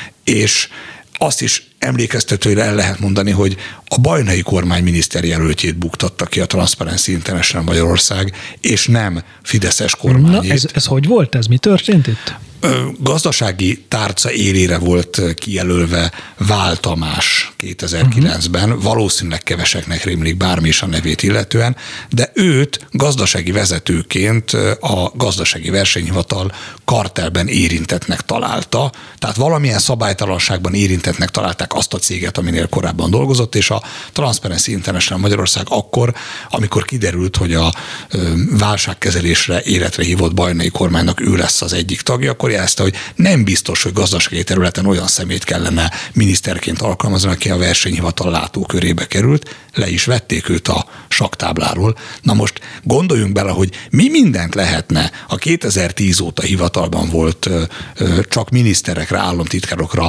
És azt is emlékeztetőre el lehet mondani, hogy a Bajnai kormány miniszterjelöltjét buktatta ki a Transparency International Magyarország, és nem fideszes kormányét. Na, ez hogy volt? Ez mi történt itt? Gazdasági tárca élére volt kijelölve Vál Tamás 2009-ben, valószínűleg keveseknek rémlik bármi is a nevét illetően, de őt gazdasági vezetőként a gazdasági versenyhivatal kartelben érintettnek találta, tehát valamilyen szabálytalanságban érintettnek találták azt a céget, aminél korábban dolgozott, és a Transparency International Magyarország akkor, amikor kiderült, hogy a válságkezelésre életre hívott bajnai kormánynak ő lesz az egyik tagja, akkor jelezte, hogy nem biztos, hogy gazdasági területen olyan szemét kellene miniszterként alkalmazni, aki a versenyhivatal látókörébe került, le is vették őt a sakktábláról. Na most gondoljunk bele, hogy mi mindent lehetne a 2010 óta hivatalban volt csak miniszterekre, államtitkárokra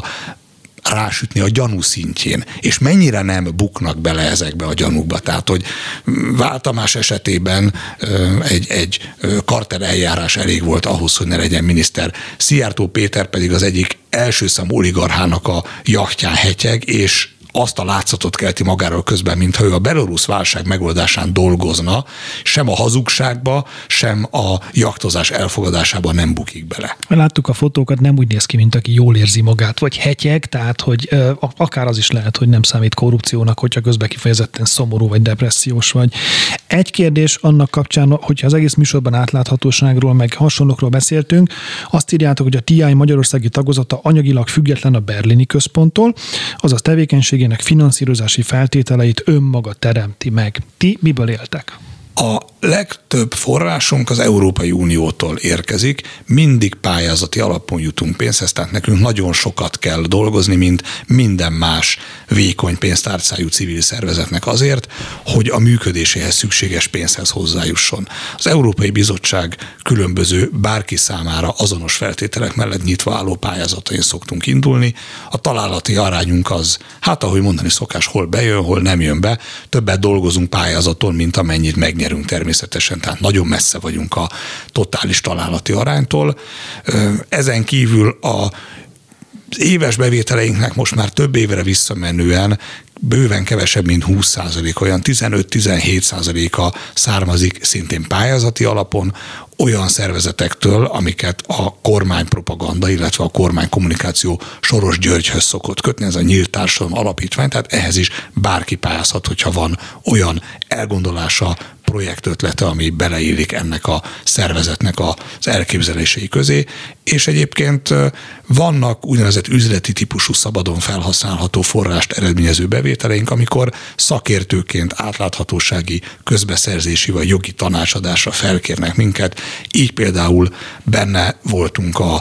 rásütni a gyanú szintjén, és mennyire nem buknak bele ezekbe a gyanúkba. Tehát, hogy Vál Tamás esetében egy kartel eljárás elég volt ahhoz, hogy ne legyen miniszter. Szijjártó Péter pedig az egyik első számú oligarchának a jachtján hetyeg, és azt a látszatot kelti magáról közben, mintha ő a belorusz válság megoldásán dolgozna, sem a hazugságba, sem a jachtozás elfogadásában nem bukik bele. Láttuk a fotókat, nem úgy néz ki, mint aki jól érzi magát, vagy hetyeg, tehát hogy akár az is lehet, hogy nem számít korrupciónak, hogyha közben kifejezetten szomorú vagy depressziós vagy. Egy kérdés annak kapcsán, hogyha az egész műsorban átláthatóságról, meg hasonlókról beszéltünk, azt írjátok, hogy a TI magyarországi tagozata anyagilag független a berlini központtól, azaz tevékenységének finanszírozási feltételeit önmaga teremti meg. Ti miből éltek? A legtöbb forrásunk az Európai Uniótól érkezik, mindig pályázati alapon jutunk pénzhez, tehát nekünk nagyon sokat kell dolgozni, mint minden más vékony pénztárcájú civil szervezetnek azért, hogy a működéséhez szükséges pénzhez hozzájusson. Az Európai Bizottság különböző bárki számára azonos feltételek mellett nyitva álló pályázatain szoktunk indulni. A találati arányunk az, hát ahogy mondani szokás, hol bejön, hol nem jön be, többet dolgozunk pályázaton, mint amennyit megnyerünk természetesen természetesen, tehát nagyon messze vagyunk a totális találati aránytól. Ezen kívül az éves bevételeinknek most már több évre visszamenően bőven kevesebb, mint 20%, olyan 15-17%-a származik szintén pályázati alapon olyan szervezetektől, amiket a kormánypropaganda, illetve a kormánykommunikáció Soros Györgyhöz szokott kötni, ez a Nyílt Társadalom Alapítvány, tehát ehhez is bárki pályázhat, hogyha van olyan elgondolása, projektötlete, ami beleillik ennek a szervezetnek az elképzelései közé, és egyébként vannak úgynevezett üzleti típusú szabadon felhasználható forrást eredményező bevételeink, amikor szakértőként átláthatósági, közbeszerzési vagy jogi tanácsadásra felkérnek minket. Így például benne voltunk a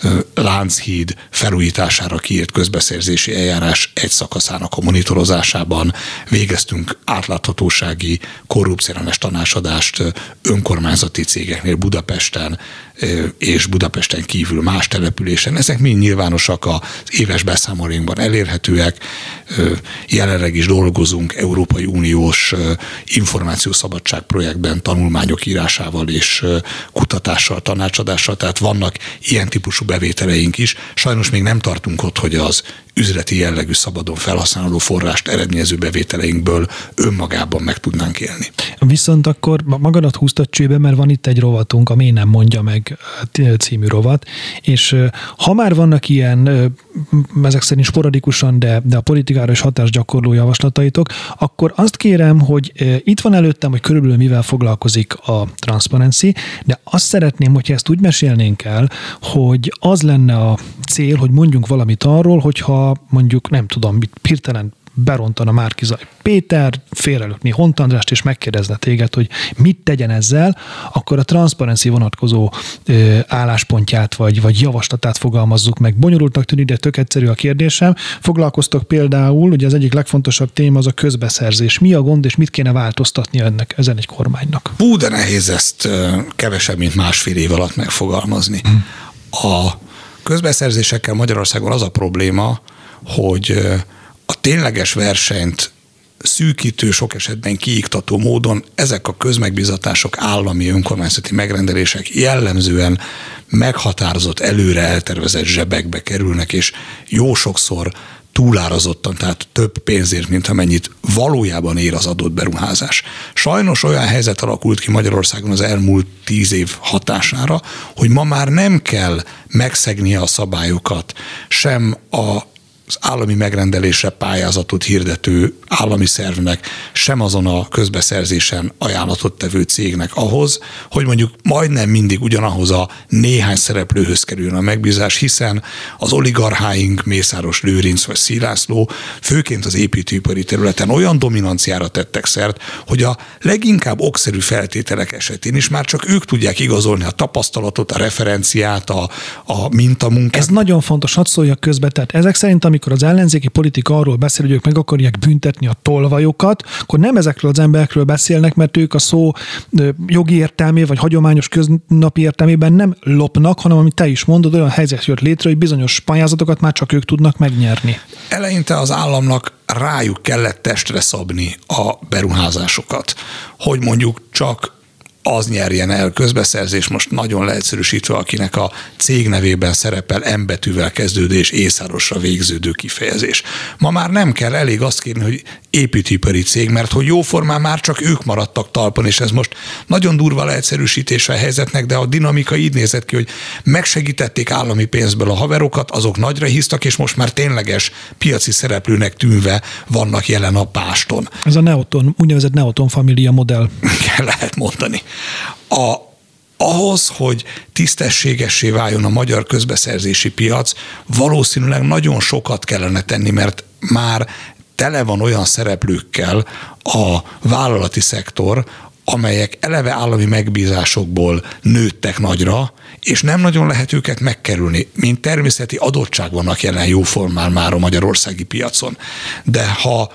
Lánchíd felújítására kiírt közbeszerzési eljárás egy szakaszának a monitorozásában, végeztünk átláthatósági, korrupcióellenes tanácsadást önkormányzati cégeknél Budapesten és Budapesten kívül más településen. Ezek mind nyilvánosak, az éves beszámolóinkban elérhetőek. Jelenleg is dolgozunk Európai Uniós információszabadság projektben tanulmányok írásával és kutatással, tanácsadással, tehát vannak ilyen típusú bevételeink is. Sajnos még nem tartunk ott, hogy az üzleti jellegű szabadon felhasználó forrást eredményező bevételeinkből önmagában meg tudnánk élni. Viszont akkor magadat húztad csőbe, mert van itt egy rovatunk, ami nem mondja meg című rovat, és ha már vannak ilyen, ezek szerint sporadikusan, de a politikára is hatásgyakorló javaslataitok, akkor azt kérem, hogy itt van előttem, hogy körülbelül mivel foglalkozik a Transparency, de azt szeretném, hogyha ezt úgy mesélnénk el, hogy az lenne a cél, hogy mondjunk valamit arról, hogyha mondjuk, nem tudom, hirtelen berontana Márki-Zay Péter, félrelökni Hont Andrást, és megkérdezne téged, hogy mit tegyen ezzel, akkor a Transparency vonatkozó álláspontját vagy javaslatát fogalmazzuk meg. Bonyolultnak tűnik, de tök egyszerű a kérdésem. Foglalkoztok például, ugye az egyik legfontosabb téma az a közbeszerzés. Mi a gond, és mit kéne változtatni ezen egy kormánynak? Hú, de nehéz ezt kevesebb, mint másfél év alatt megfogalmazni. A közbeszerzésekkel Magyarországon az a probléma, hogy a tényleges versenyt szűkítő, sok esetben kiiktató módon ezek a közmegbízatások, állami önkormányzati megrendelések jellemzően meghatározott, előre eltervezett zsebekbe kerülnek, és jó sokszor túlárazottan, tehát több pénzért, mint amennyit valójában ér az adott beruházás. Sajnos olyan helyzet alakult ki Magyarországon az elmúlt 10 év hatására, hogy ma már nem kell megszegnie a szabályokat, sem az állami megrendelésre pályázatot hirdető állami szervnek, sem azon a közbeszerzésen ajánlatot tevő cégnek ahhoz, hogy mondjuk majdnem mindig ugyanahoz a néhány szereplőhöz kerüljön a megbízás, hiszen az oligarcháink, Mészáros Lőrinc vagy Szilászló főként az építőipari területen olyan dominanciára tettek szert, hogy a leginkább okszerű feltételek esetén is már csak ők tudják igazolni a tapasztalatot, a referenciát, a mintamunkát. Ez nagyon fontos, hadd szóljak közbe, tehát ezek szerint, amikor az ellenzéki politika arról beszél, hogy ők meg akarják büntetni a tolvajokat, akkor nem ezekről az emberekről beszélnek, mert ők a szó jogi értelmében, vagy hagyományos köznapi értelmében nem lopnak, hanem amit te is mondod, olyan helyzet jött létre, hogy bizonyos pályázatokat már csak ők tudnak megnyerni. Eleinte az államnak rájuk kellett testre szabni a beruházásokat, hogy mondjuk csak az nyerjen el közbeszerzés, most nagyon leegyszerűsítve, akinek a cég nevében szerepel M betűvel kezdődő és észárosra végződő kifejezés. Ma már nem kell, elég azt kérni, hogy építőipari cég, mert hogy jóformán már csak ők maradtak talpon, és ez most nagyon durva leegyszerűsítése a helyzetnek, de a dinamika így nézett ki, hogy megsegítették állami pénzből a haverokat, azok nagyra hisztak, és most már tényleges piaci szereplőnek tűnve vannak jelen a páston. Ez a Neoton, úgynevezett Neoton Família modell. Lehet mondani. Ahhoz, hogy tisztességessé váljon a magyar közbeszerzési piac, valószínűleg nagyon sokat kellene tenni, mert már tele van olyan szereplőkkel a vállalati szektor, amelyek eleve állami megbízásokból nőttek nagyra, és nem nagyon lehet őket megkerülni, mint természeti adottság vannak jelen jóformán már a magyarországi piacon. De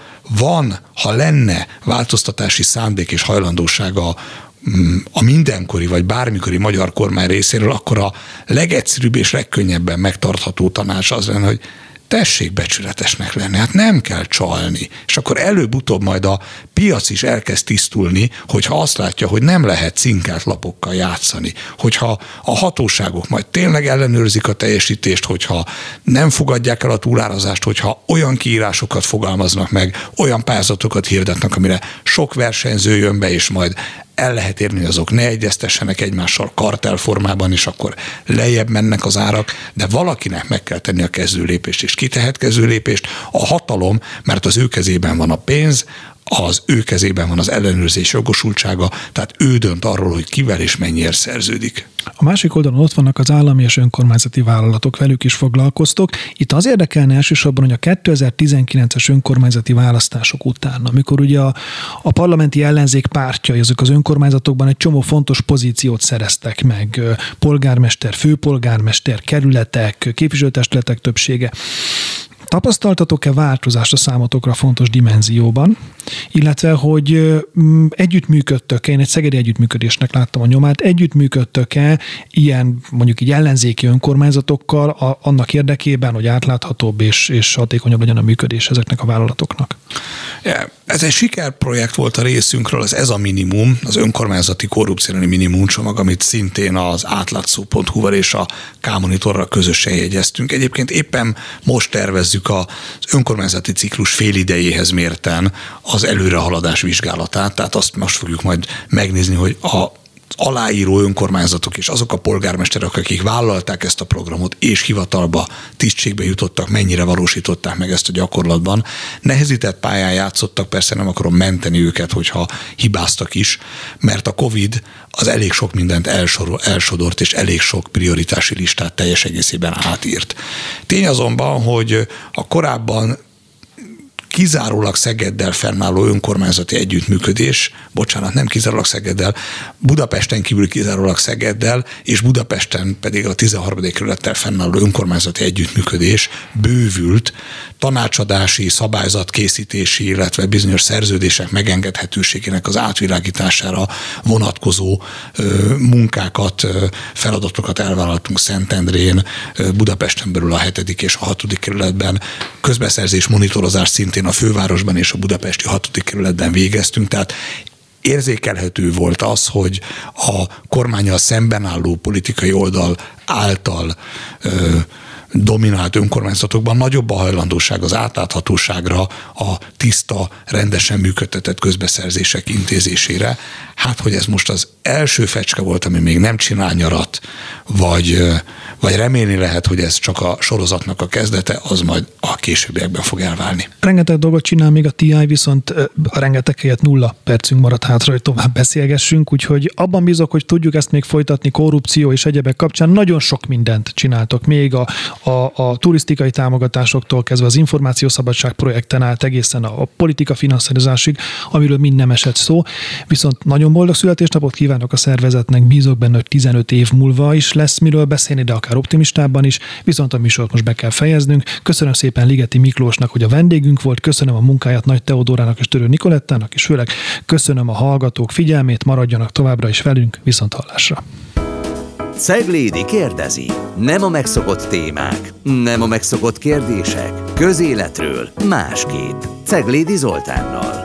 ha lenne változtatási szándék és hajlandóság a mindenkori vagy bármikori magyar kormány részéről, akkor a legegyszerűbb és legkönnyebben megtartható tanács az lenne, hogy tessék becsületesnek lenni, hát nem kell csalni. És akkor előbb-utóbb majd a piac is elkezd tisztulni, hogyha azt látja, hogy nem lehet cinkelt lapokkal játszani, hogyha a hatóságok majd tényleg ellenőrzik a teljesítést, hogyha nem fogadják el a túlárazást, hogyha olyan kiírásokat fogalmaznak meg, olyan pályázatokat hirdetnek, amire sok versenyző jön be, és majd el lehet érni, hogy azok ne egyeztessenek egymással kartellformában, és akkor lejjebb mennek az árak, de valakinek meg kell tenni a kezdőlépést, és ki tehet kezdőlépést? A hatalom, mert az ő kezében van a pénz, az ő kezében van az ellenőrzés jogosultsága, tehát ő dönt arról, hogy kivel és mennyiért szerződik. A másik oldalon ott vannak az állami és önkormányzati vállalatok, velük is foglalkoztok. Itt az érdekelne elsősorban, hogy a 2019-es önkormányzati választások után, amikor ugye a parlamenti ellenzék pártjai, azok az önkormányzatokban egy csomó fontos pozíciót szereztek meg, polgármester, főpolgármester, kerületek, képviselőtestületek többsége. Tapasztaltatok-e változást a számotokra fontos dimenzióban, illetve, hogy együttműködtök-e, én egy szegedi együttműködésnek láttam a nyomát, együttműködtök-e ilyen mondjuk így ellenzéki önkormányzatokkal annak érdekében, hogy átláthatóbb és hatékonyabb legyen a működés ezeknek a vállalatoknak? Ez egy sikerprojekt volt a részünkről, ez a minimum, az önkormányzati korrupciós minimumcsomag, amit szintén az átlátszó.hu-val és a K-Monitorral közösen jegyeztünk. Egyébként éppen most tervezzük az önkormányzati ciklus félidejéhez mérten az előrehaladás vizsgálatát, tehát azt most fogjuk majd megnézni, hogy aláíró önkormányzatok és azok a polgármesterek, akik vállalták ezt a programot és hivatalba, tisztségbe jutottak, mennyire valósították meg ezt a gyakorlatban. Nehezített pályán játszottak, persze nem akarom menteni őket, hogyha hibáztak is, mert a Covid az elég sok mindent elsodort, és elég sok prioritási listát teljes egészében átírt. Tény azonban, hogy a korábban kizárólag Szegeddel fennálló önkormányzati együttműködés, nem kizárólag Szegeddel, Budapesten kívül kizárólag Szegeddel, és Budapesten pedig a 13. kerülettel fennálló önkormányzati együttműködés bővült tanácsadási, szabályzatkészítési, illetve bizonyos szerződések megengedhetőségének az átvilágítására vonatkozó munkákat, feladatokat elvállaltunk Szentendrén, Budapesten belül a 7. és a 6. kerületben, közbeszerzés monitorozás szintén a fővárosban és a budapesti 6. kerületben végeztünk, tehát érzékelhető volt az, hogy a kormánnyal szemben álló politikai oldal által dominált önkormányzatokban nagyobb a hajlandóság az átláthatóságra, a tiszta, rendesen működtetett közbeszerzések intézésére. Hát, hogy ez most az első fecske volt, ami még nem csinál nyarat, vagy remélni lehet, hogy ez csak a sorozatnak a kezdete, az majd a későbbiekben fog elválni. Rengeteg dolgot csinál még a TI, viszont a rengeteg helyett 0 percünk maradt hátra, hogy tovább beszélgessünk, úgyhogy abban bízok, hogy tudjuk ezt még folytatni, korrupció és egyebek kapcsán. Nagyon sok mindent csináltok még a turisztikai támogatásoktól kezdve az információszabadság projekten át egészen a politika finanszírozásig, amiről mind nem esett szó. Viszont nagyon boldog születésnapot kívánok a szervezetnek, bízok benne, hogy 15 év múlva is lesz miről beszélni, de akár optimistában is, viszont a műsort most be kell fejeznünk. Köszönöm szépen Ligeti Miklósnak, hogy a vendégünk volt, köszönöm a munkáját Nagy Teodórának és Törő Nikolettának, és főleg köszönöm a hallgatók figyelmét, maradjanak továbbra is velünk, viszonthallásra. Ceglédi kérdezi. Nem a megszokott témák, nem a megszokott kérdések, közéletről másképp. Ceglédi Zoltánnal.